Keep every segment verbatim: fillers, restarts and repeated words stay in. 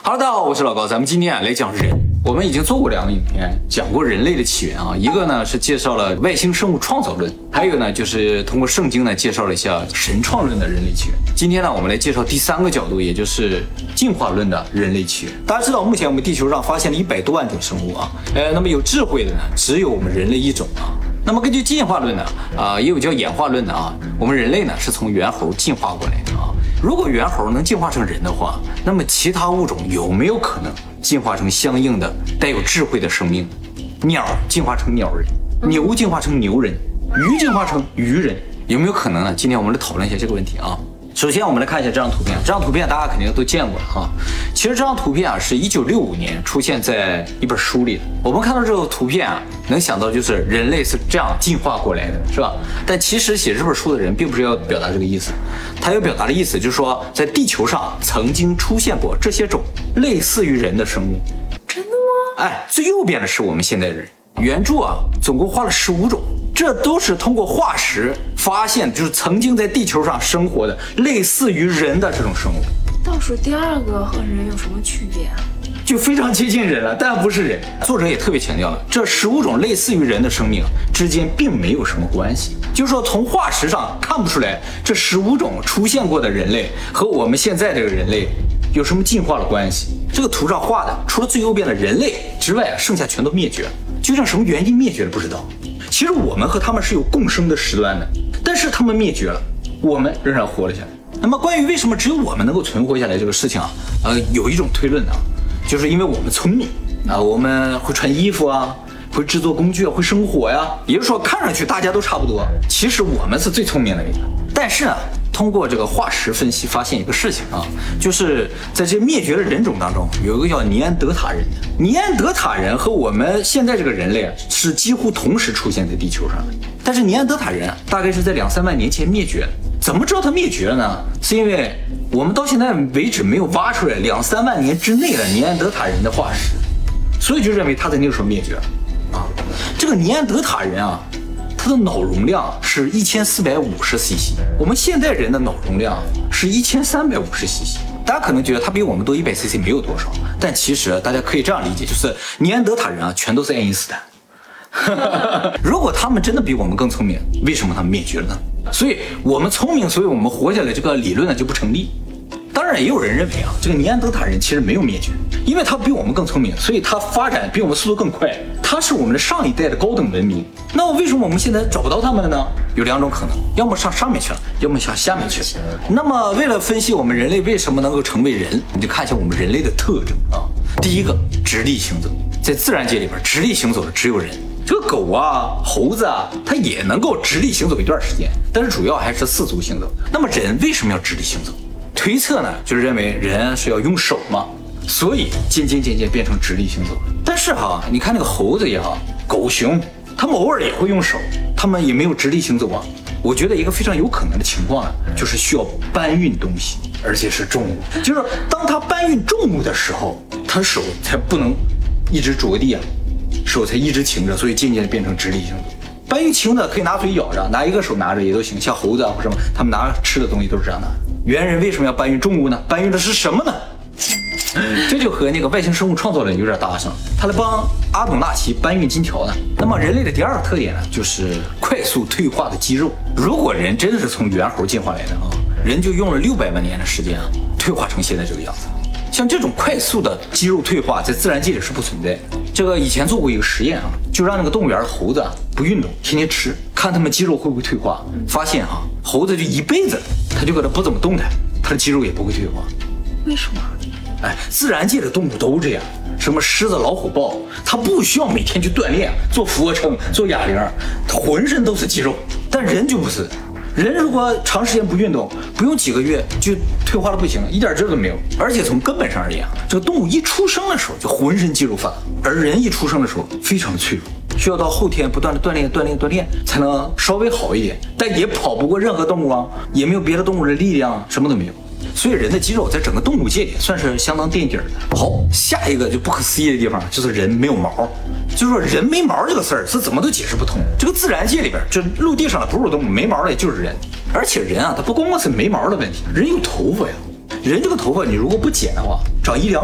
哈喽，大家好，我是老高，咱们今天啊来讲人。我们已经做过两个影片，讲过人类的起源啊，一个呢是介绍了外星生物创造论，还有一个呢就是通过圣经呢介绍了一下神创论的人类起源。今天呢，我们来介绍第三个角度，也就是进化论的人类起源。大家知道，目前我们地球上发现了一百多万种生物啊，呃，那么有智慧的呢，只有我们人类一种啊。那么根据进化论呢，啊、呃，也有叫演化论的啊，我们人类呢是从猿猴进化过来的啊。如果猿猴能进化成人的话，那么其他物种有没有可能进化成相应的带有智慧的生命？鸟进化成鸟人，牛进化成牛人，鱼进化成鱼人，有没有可能呢？今天我们来讨论一下这个问题啊。首先我们来看一下这张图片，这张图片大家肯定都见过了哈。其实这张图片啊是一九六五年出现在一本书里的。我们看到这个图片啊，能想到就是人类是这样进化过来的，是吧？但其实写这本书的人并不是要表达这个意思，他要表达的意思就是说，在地球上曾经出现过这些种类似于人的生物。 真的吗？ 哎，最右边的是我们现代人。原著啊，总共画了十五种，这都是通过化石发现，就是曾经在地球上生活的类似于人的这种生物。 倒数第二个和人有什么区别啊？ 就非常接近人了，但不是人。作者也特别强调了，这十五种类似于人的生命之间并没有什么关系，就是说从化石上看不出来这十五种出现过的人类和我们现在这个人类有什么进化的关系。这个图上画的除了最右边的人类之外，剩下全都灭绝了。究竟什么原因灭绝了不知道。其实我们和他们是有共生的时段的，但是他们灭绝了，我们仍然活了下来。那么关于为什么只有我们能够存活下来这个事情啊，呃，有一种推论啊，就是因为我们聪明啊，我们会穿衣服啊，会制作工具啊，会生火呀。也就是说，看上去大家都差不多，其实我们是最聪明的那个。但是啊，通过这个化石分析发现一个事情啊，就是在这灭绝的人种当中，有一个叫尼安德塔人的。尼安德塔人和我们现在这个人类啊，是几乎同时出现在地球上的。但是尼安德塔人啊，大概是在两三万年前灭绝的。怎么知道它灭绝了呢？是因为我们到现在为止没有挖出来两三万年之内的尼安德塔人的化石，所以就认为他在那个时候灭绝了啊。这个尼安德塔人啊，他的脑容量是一千四百五十 C C， 我们现代人的脑容量是一千三百五十 C C。大家可能觉得他比我们多一百 C C 没有多少，但其实大家可以这样理解，就是尼安德塔人啊，全都是爱因斯坦。如果他们真的比我们更聪明，为什么他们灭绝了呢？所以我们聪明，所以我们活下来，这个理论呢就不成立。当然也有人认为啊，这个尼安德塔人其实没有灭绝，因为他比我们更聪明，所以他发展比我们速度更快，他是我们的上一代的高等文明。那为什么我们现在找不到他们了呢？有两种可能，要么上上面去了，要么上下面去了。那么为了分析我们人类为什么能够成为人，你就看一下我们人类的特征啊。第一个，直立行走。在自然界里边，直立行走的只有人。这个狗啊、猴子啊，它也能够直立行走一段时间，但是主要还是四足行走。那么人为什么要直立行走？推测呢，就是认为人是要用手嘛，所以渐渐渐渐变成直立行走了。但是哈，你看那个猴子也好，狗熊，他们偶尔也会用手，他们也没有直立行走啊。我觉得一个非常有可能的情况呢，就是需要搬运东西，而且是重物。就是当他搬运重物的时候，他手才不能一直着地啊，手才一直擎着，所以渐渐变成直立行走。搬运轻的可以拿嘴咬着，拿一个手拿着也都行，像猴子啊或什么，他们拿吃的东西都是这样拿。猿人为什么要搬运重物呢？搬运的是什么呢？这就和那个外星生物创造论有点搭上，他来帮阿董纳奇搬运金条呢。那么人类的第二个特点呢，就是快速退化的肌肉。如果人真的是从猿猴进化来的啊，人就用了六百万年的时间啊，退化成现在这个样子。像这种快速的肌肉退化，在自然界里是不存在的。这个以前做过一个实验啊，就让那个动物园的猴子啊不运动，天天吃，看他们肌肉会不会退化。发现哈、啊，猴子就一辈子，他就搁这不怎么动弹，他的肌肉也不会退化。 为什么？ 哎，自然界的动物都这样，什么狮子、老虎、豹，它不需要每天去锻炼，做俯卧撑、做哑铃，它浑身都是肌肉。但人就不是。人如果长时间不运动，不用几个月就退化的不行，一点劲都没有。而且从根本上而言，这个动物一出生的时候就浑身肌肉发达，而人一出生的时候非常的脆弱，需要到后天不断的锻炼、锻炼、锻炼，才能稍微好一点。但也跑不过任何动物啊，也没有别的动物的力量，什么都没有。所以人的肌肉在整个动物界里算是相当垫底的。好，下一个就不可思议的地方就是人没有毛。就是说人没毛这个事儿是怎么都解释不通。这个自然界里边，这陆地上的哺乳动物没毛的就是人，而且人啊，它不光光是没毛的问题，人有头发呀。人这个头发你如果不剪的话，长一两米，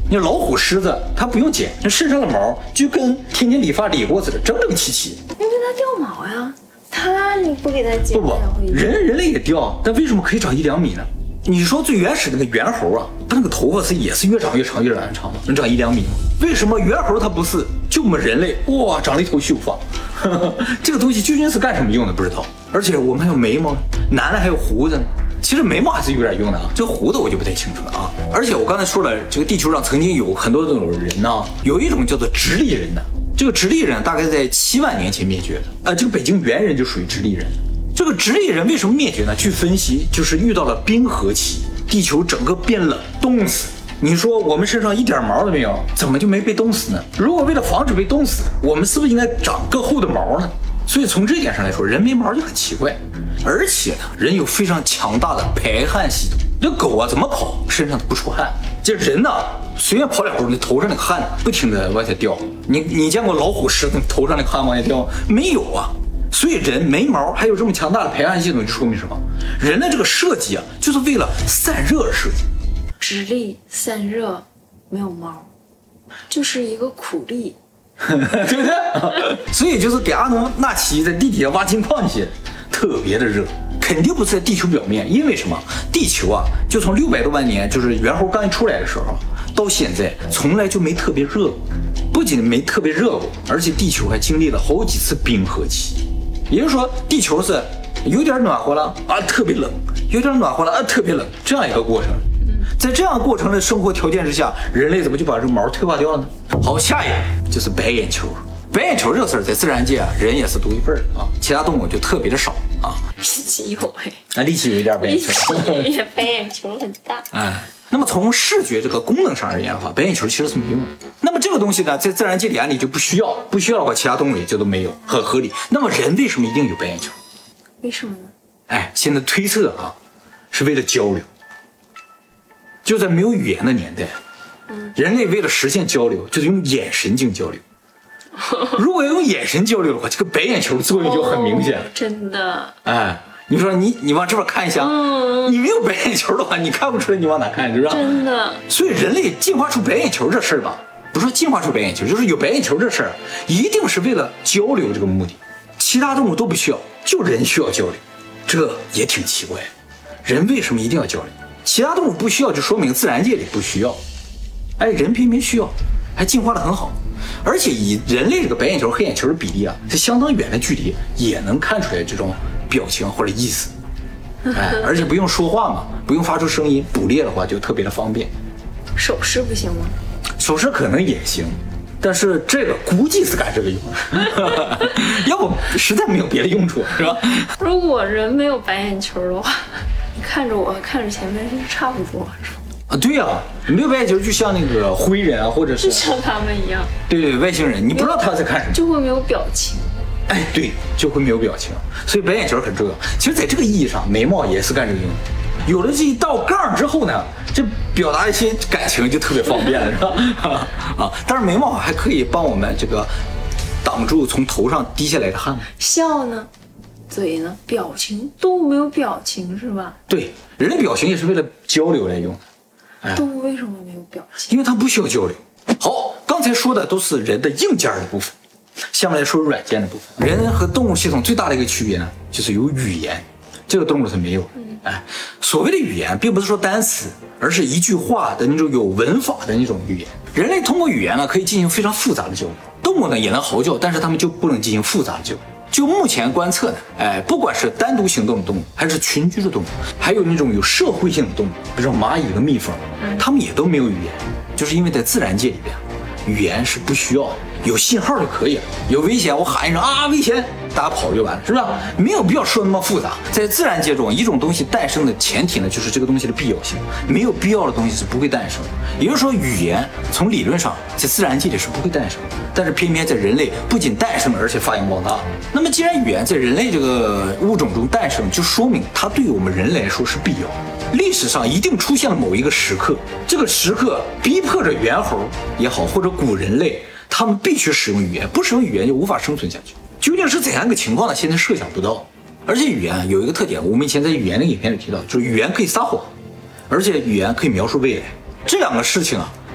你老虎、狮子它不用剪，那身上的毛就跟天天理发理过似的，整整齐齐。 因为它掉毛呀，它你不给它剪， 不不，人人类也掉，但为什么可以长一两米呢？你说最原始那个猿猴啊，它那个头发是也是越长越长越长越长吗？能长一两米吗？为什么猿猴它不是？就我们人类哇，长了一头秀发，这个东西究竟是干什么用的不知道。而且我们还有眉毛，男的还有胡子呢。其实眉毛还是有点用的啊，这个胡子我就不太清楚了啊。而且我刚才说了，这个地球上曾经有很多这种人呢，有一种叫做直立人的，这个直立人大概在七万年前灭绝的啊。这个北京猿人就属于直立人。这个直立人为什么灭绝呢？据分析，就是遇到了冰河期，地球整个变冷，冻死。你说我们身上一点毛都没有，怎么就没被冻死呢？如果为了防止被冻死，我们是不是应该长更厚的毛呢？所以从这一点上来说，人没毛就很奇怪。而且呢，人有非常强大的排汗系统。这狗啊怎么跑，身上不出汗。这人呢，随便跑两步，你头上那个汗不停的往下掉。你你见过老虎、狮子头上那个汗往下掉？没有啊。所以人没毛还有这么强大的排汗系统，就说明什么？人的这个设计啊，就是为了散热而设计。 直立散热，没有毛，就是一个苦力。 对不对？所以就是给阿努纳奇在地底下挖金矿那些特别的热，肯定不是在地球表面，因为什么？地球啊，就从六百多万年，就是猿猴刚一出来的时候，到现在从来就没特别热过。不仅没特别热过，而且地球还经历了好几次冰河期。也就是说，地球是有点暖和了啊，特别冷；有点暖和了啊，特别冷，这样一个过程。在这样过程的生活条件之下，人类怎么就把这个毛退化掉了呢？好，下一个就是白眼球。白眼球这个事儿在自然界啊，人也是独一份啊，其他动物就特别的少啊。 力气有哎， 那力气有一点白眼球， 白眼球很大。 哎，那么从视觉这个功能上而言的话，白眼球其实是没用的。那么这个东西呢，在自然界里眼里就不需要，不需要的话，其他动物也就都没有，很合理。那么人为什么一定有白眼球？ 为什么呢？ 哎，现在推测啊，是为了交流。就在没有语言的年代，人类为了实现交流，就是用眼神进行交流。如果用眼神交流的话，这个白眼球作用就很明显了。 哦、真的。 哎，你说你你往这边看一下，嗯、你没有白眼球的话，你看不出来你往哪看，是不是？ 真的。 所以人类进化出白眼球这事儿吧，不是说进化出白眼球，就是有白眼球这事儿，一定是为了交流这个目的。其他动物都不需要，就人需要交流，这也挺奇怪。人为什么一定要交流？其他动物不需要，就说明自然界里不需要。哎，人偏偏需要，还进化得很好。而且以人类这个白眼球、黑眼球的比例啊，是相当远的距离也能看出来这种表情或者意思。哎，而且不用说话嘛，不用发出声音，捕猎的话就特别的方便。 手势不行吗？ 手势可能也行，但是这个估计是干这个用，要不实在没有别的用处，是吧？ 如果人没有白眼球的话，你看着我，看着前面是差不多，是吧？ 啊，对呀、啊，没有白眼球就像那个灰人啊，或者是就像他们一样。 对对，外星人，你不知道他在看什么， 就会没有表情。 哎，对，就会没有表情，所以白眼球很重要。其实，在这个意义上，眉毛也是干这个用的。有了这一道杠之后呢，这表达一些感情就特别方便了，是吧？啊，但是眉毛还可以帮我们这个挡住从头上滴下来的汗。 笑呢？嘴呢？表情？动物没有表情是吧？ 对，人的表情也是为了交流来用的。 哎、动物为什么没有表情？ 因为它不需要交流。好，刚才说的都是人的硬件的部分，下面来说软件的部分。人和动物系统最大的一个区别呢，就是有语言，这个动物是没有的。哎，所谓的语言，并不是说单词，而是一句话的那种有文法的那种语言。人类通过语言呢，可以进行非常复杂的交流。动物呢也能嚎叫，但是它们就不能进行复杂的交流。就目前观测呢，哎，不管是单独行动的动物，还是群居的动物，还有那种有社会性的动物，比如说蚂蚁和蜜蜂，它们也都没有语言，就是因为在自然界里边，语言是不需要的，有信号就可以了。有危险我喊一声啊，危险，大家跑就完了，是不是？没有必要说那么复杂。在自然界中，一种东西诞生的前提呢，就是这个东西的必要性，没有必要的东西是不会诞生的。也就是说，语言从理论上在自然界里是不会诞生的，但是偏偏在人类不仅诞生了，而且发扬光大。那么既然语言在人类这个物种中诞生，就说明它对我们人来说是必要的。历史上一定出现了某一个时刻，这个时刻逼迫着猿猴也好，或者古人类，他们必须使用语言，不使用语言就无法生存下去。究竟是怎样一个情况呢？现在设想不到。而且语言有一个特点，我们以前在语言的影片里提到，就是语言可以撒谎，而且语言可以描述未来。这两个事情啊，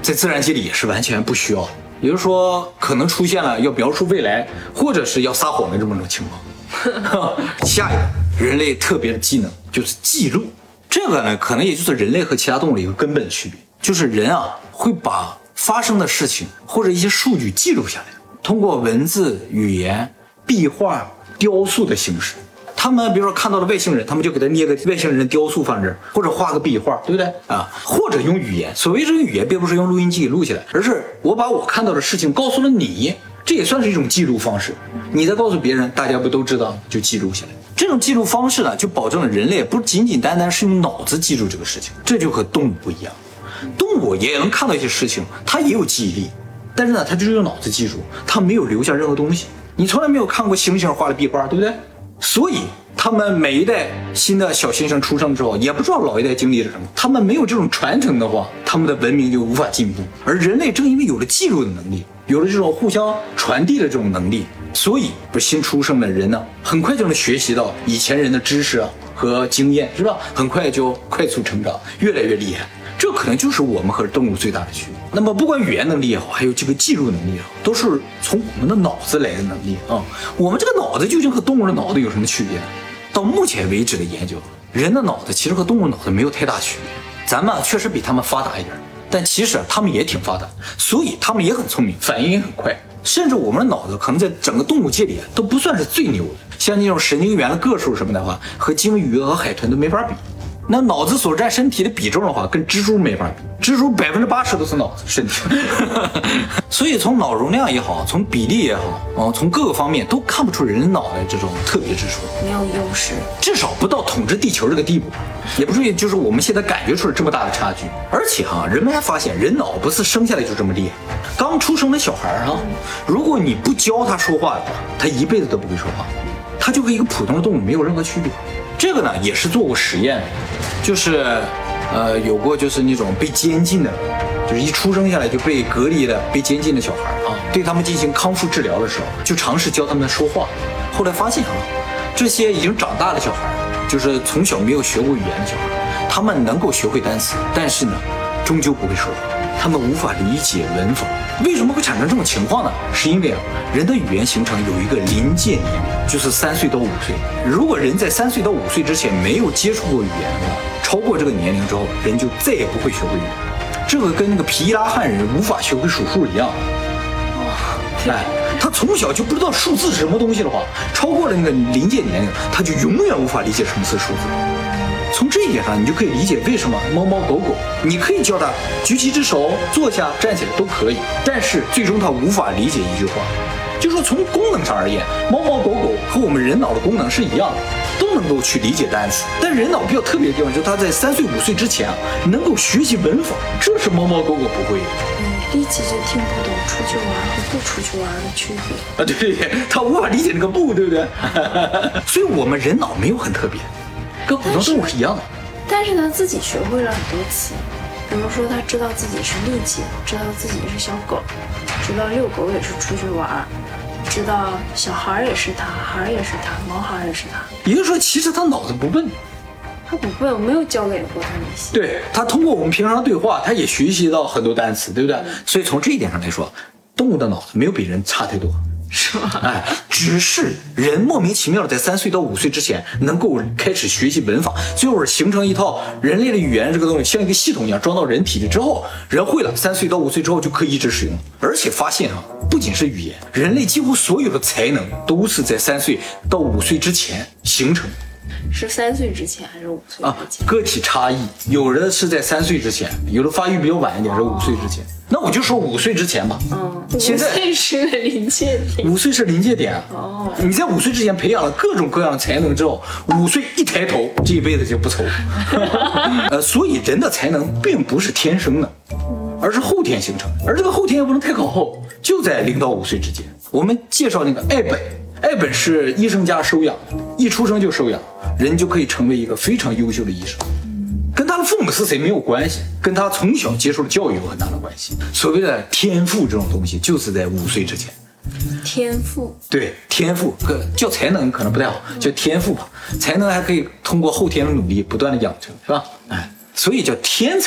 在自然界里也是完全不需要的。也就是说，可能出现了要描述未来，或者是要撒谎的这么种情况。下一个人类特别的技能就是记录，这个呢，可能也就是人类和其他动物的一个根本区别，就是人啊会把发生的事情或者一些数据记录下来，通过文字、语言、壁画、雕塑的形式。他们比如说看到了外星人，他们就给他捏个外星人的雕塑放这儿，或者画个壁画，对不对啊？或者用语言，所谓这个语言并不是用录音机给录下来，而是我把我看到的事情告诉了你，这也算是一种记录方式。你再告诉别人，大家不都知道，就记录下来。这种记录方式呢，就保证了人类不仅仅单单是用脑子记住这个事情，这就和动物不一样。动物也能看到一些事情，它也有记忆力，但是呢，它就是用脑子记住，它没有留下任何东西。你从来没有看过猩猩画的壁画，对不对？所以他们每一代新的小猩猩出生之后，也不知道老一代经历了什么。他们没有这种传承的话，他们的文明就无法进步。而人类正因为有了记录的能力，有了这种互相传递的这种能力，所以不新出生的人呢，很快就能学习到以前人的知识啊和经验，是吧？很快就快速成长，越来越厉害。这可能就是我们和动物最大的区别。那么不管语言能力也好，还有这个记录能力也好，都是从我们的脑子来的能力啊。我们这个脑子究竟和动物的脑子有什么区别？到目前为止的研究，人的脑子其实和动物脑子没有太大区别。咱们确实比他们发达一点，但其实他们也挺发达，所以他们也很聪明，反应也很快。甚至我们的脑子可能在整个动物界里都不算是最牛的，像那种神经元的个数什么的话，和鲸鱼和海豚都没法比。那脑子所占身体的比重的话，跟蜘蛛没法比，蜘蛛百分之八十都是脑子身体。所以从脑容量也好，从比例也好，哦，从各个方面都看不出人脑的这种特别之处， 没有优势， 至少不到统治地球这个地步，也不至于就是我们现在感觉出了这么大的差距。而且哈、啊，人们还发现人脑不是生下来就这么厉害，刚出生的小孩啊，如果你不教他说话的话，他一辈子都不会说话，他就和一个普通的动物没有任何区别。这个呢也是做过实验的，就是呃有过就是那种被监禁的，就是一出生下来就被隔离的被监禁的小孩啊，对他们进行康复治疗的时候，就尝试教他们说话。后来发现啊，这些已经长大的小孩，就是从小没有学过语言的小孩，他们能够学会单词，但是呢终究不会说话，他们无法理解文法。为什么会产生这种情况呢？是因为啊，人的语言形成有一个临界年龄，就是三岁到五岁。如果人在三岁到五岁之前没有接触过语言的话，超过这个年龄之后，人就再也不会学会语言。这个跟那个皮拉汉人无法学会数数一样。哎，他从小就不知道数字是什么东西的话，超过了那个临界年龄，他就永远无法理解什么是数字。从这一点上，你就可以理解为什么猫猫狗狗，你可以叫它举起一只手、坐下、站起来都可以，但是最终它无法理解一句话。就说从功能上而言，猫猫狗狗和我们人脑的功能是一样的，都能够去理解单词。但人脑比较特别的地方，就是它在三岁五岁之前啊，能够学习文法，这是猫猫狗狗不会的。 嗯，立即就听不懂出去玩和不出去玩的区别啊，对对对，它无法理解那个不，对不对？所以我们人脑没有很特别。跟普通动物是一样的， 但是他自己学会了很多词，比如说他知道自己是力气，知道自己是小狗，知道遛狗也是出去玩，知道小孩也是他，孩也是他，毛孩也是他。 也就是说，其实他脑子不笨， 他不笨，我没有教给过他那些。 对，他通过我们平常对话，他也学习到很多单词，对不对？嗯、所以从这一点上来说，动物的脑子没有比人差太多。 是吧？ 哎，只是人莫名其妙的在三岁到五岁之前能够开始学习文法，最后形成一套人类的语言这个东西像一个系统一样装到人体里之后，人会了，三岁到五岁之后就可以一直使用。而且发现啊，不仅是语言，人类几乎所有的才能都是在三岁到五岁之前形成。 是三岁之前还是五岁之前？啊， 个体差异，有的是在三岁之前，有的发育比较晚一点是五岁之前。那我就说五岁之前吧。 嗯，现在五岁是个临界点。 五岁是临界点。 哦， 你在五岁之前培养了各种各样的才能之后，五岁一抬头，这一辈子就不愁。呃，所以人的才能并不是天生的，而是后天形成，而这个后天也不能太靠后，就在零到五岁之间。我们介绍那个爱本，爱本是医生家收养的，一出生就收养，人就可以成为一个非常优秀的医生。跟他的父母是谁没有关系，跟他从小接受的教育有很大的关系。所谓的天赋这种东西，就是在五岁之前。 天赋， 对，天赋，叫才能可能不太好，叫天赋吧。才能还可以通过后天的努力不断的养成，是吧？哎，所以叫天才嘛。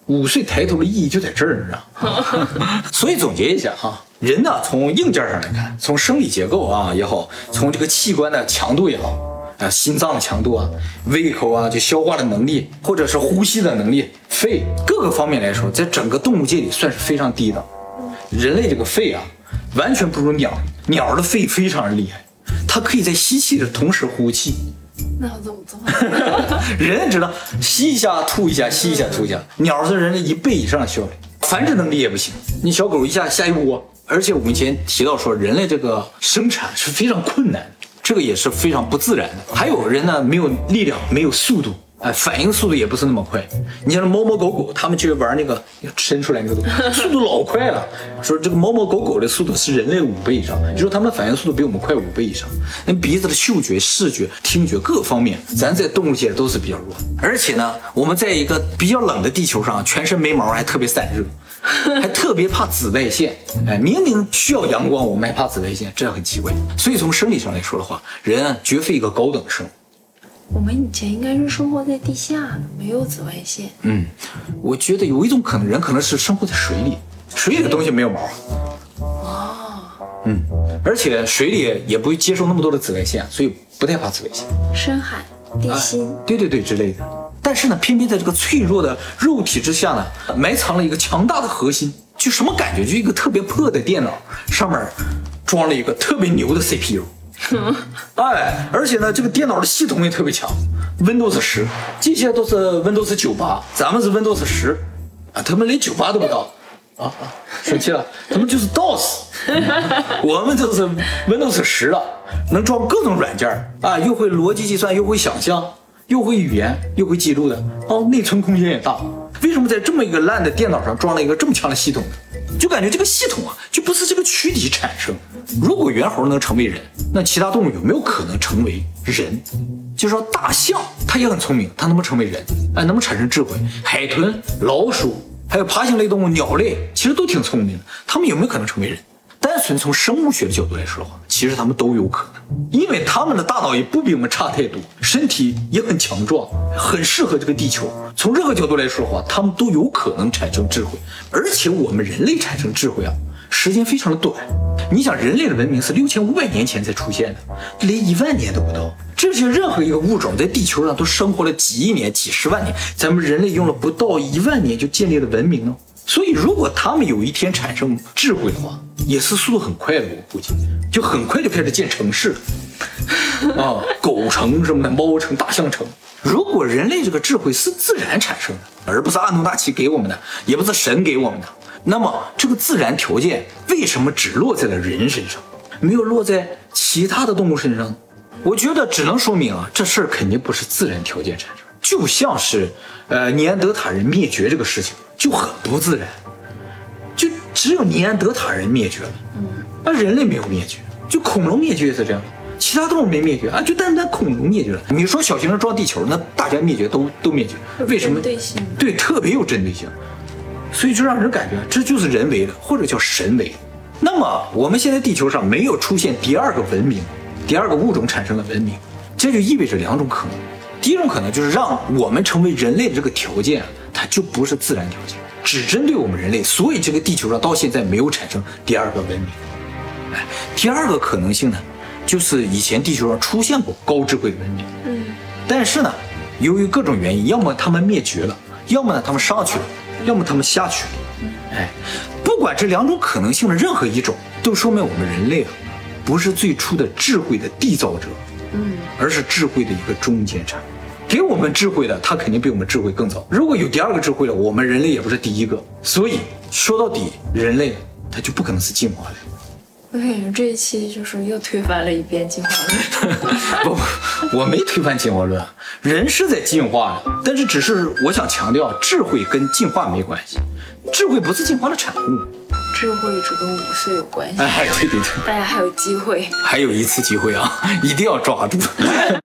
五岁抬头的意义就在这儿，你知道吗？所以总结一下哈，人呢从硬件上来看，从生理结构啊也好，从这个器官的强度也好，啊心脏的强度啊，胃口啊，就消化的能力，或者是呼吸的能力，肺各个方面来说，在整个动物界里算是非常低的。人类这个肺啊，完全不如鸟，鸟的肺非常厉害，它可以在吸气的同时呼气。 那要怎么做？ 人知道吸一下吐一下，吸一下吐一下，鸟是人的一倍以上的效率。繁殖能力也不行，你小狗一下下一窝。而且我们以前提到说，人类这个生产是非常困难的，这个也是非常不自然的。还有人呢，没有力量，没有速度，哎，反应速度也不是那么快。你像猫猫狗狗，他们去玩那个伸出来那个东西，速度老快了。说这个猫猫狗狗的速度是人类五倍以上，就说他们的反应速度比我们快五倍以上。那鼻子的嗅觉、视觉、听觉各方面，咱在动物界都是比较弱。而且呢，我们在一个比较冷的地球上，全身没毛，还特别散热。还特别怕紫外线，哎，明明需要阳光，我们还怕紫外线，这很奇怪。所以从生理上来说的话，人啊绝非一个高等生物。 我们以前应该是生活在地下的，没有紫外线。 嗯，我觉得有一种可能，人可能是生活在水里，水里的东西没有毛。 哦， 嗯，而且水里也不会接受那么多的紫外线，所以不太怕紫外线。 深海、地心、 哎，对对对之类的。但是呢，偏偏在这个脆弱的肉体之下呢，埋藏了一个强大的核心。就什么感觉？就一个特别破的电脑，上面装了一个特别牛的 C P U。哎，而且呢，这个电脑的系统也特别强 ，Windows 十，这些都是 Windows 九八，咱们是 Windows 十，啊，他们连九八都不到。啊啊，生气了，他们就是 D O S， 我们就是 Windows 十了，能装各种软件啊，又会逻辑计算，又会想象。又会语言又会记录的哦，内存空间也大。为什么在这么一个烂的电脑上装了一个这么强的系统呢？就感觉这个系统啊，就不是这个躯体产生。如果猿猴能成为人，那其他动物有没有可能成为人？就是说大象它也很聪明，它能不能成为人？哎，能不能产生智慧？海豚、老鼠还有爬行类动物、鸟类，其实都挺聪明的，它们有没有可能成为人？单纯从生物学的角度来说的话，其实他们都有可能，因为他们的大脑也不比我们差太多，身体也很强壮，很适合这个地球。从任何角度来说的话，他们都有可能产生智慧。而且我们人类产生智慧啊，时间非常的短。你想，人类的文明是六千五百年前才出现的，连一万年都不到。这些任何一个物种在地球上都生活了几亿年、几十万年，咱们人类用了不到一万年就建立了文明呢。所以，如果他们有一天产生智慧的话，也是速度很快的，我估计就很快就开始建城市啊，狗城什么的，猫城、大象城。如果人类这个智慧是自然产生的，而不是阿努纳奇给我们的，也不是神给我们的，那么这个自然条件为什么只落在了人身上，没有落在其他的动物身上？我觉得只能说明啊，这事儿肯定不是自然条件产生，就像是呃尼安德塔人灭绝这个事情就很不自然。就只有尼安德塔人灭绝了，而人类没有灭绝。就恐龙灭绝也是这样，其他动物没灭绝啊，就单单恐龙灭绝了。你说小行星撞地球，那大家灭绝都都灭绝，为什么？ 针对性， 对，特别有针对性，所以就让人感觉这就是人为的，或者叫神为的。那么我们现在地球上没有出现第二个文明，第二个物种产生了文明，这就意味着两种可能。第一种可能就是让我们成为人类的这个条件，它就不是自然条件，只针对我们人类，所以这个地球上到现在没有产生第二个文明。哎，第二个可能性呢，就是以前地球上出现过高智慧的文明， 嗯， 但是呢，由于各种原因，要么他们灭绝了，要么呢他们上去了，要么他们下去了。哎，不管这两种可能性的任何一种，都说明我们人类啊，不是最初的智慧的缔造者， 嗯， 而是智慧的一个中间产物。给我们智慧的，他肯定比我们智慧更早。如果有第二个智慧了，我们人类也不是第一个。所以说到底，人类他就不可能是进化的。 我感觉这一期就是又推翻了一遍进化论。 不不，我没推翻进化论，人是在进化的，但是只是我想强调，智慧跟进化没关系，智慧不是进化的产物。 智慧只跟五岁有关系。 哎，对对对， 大家还有机会， 还有一次机会啊，一定要抓住。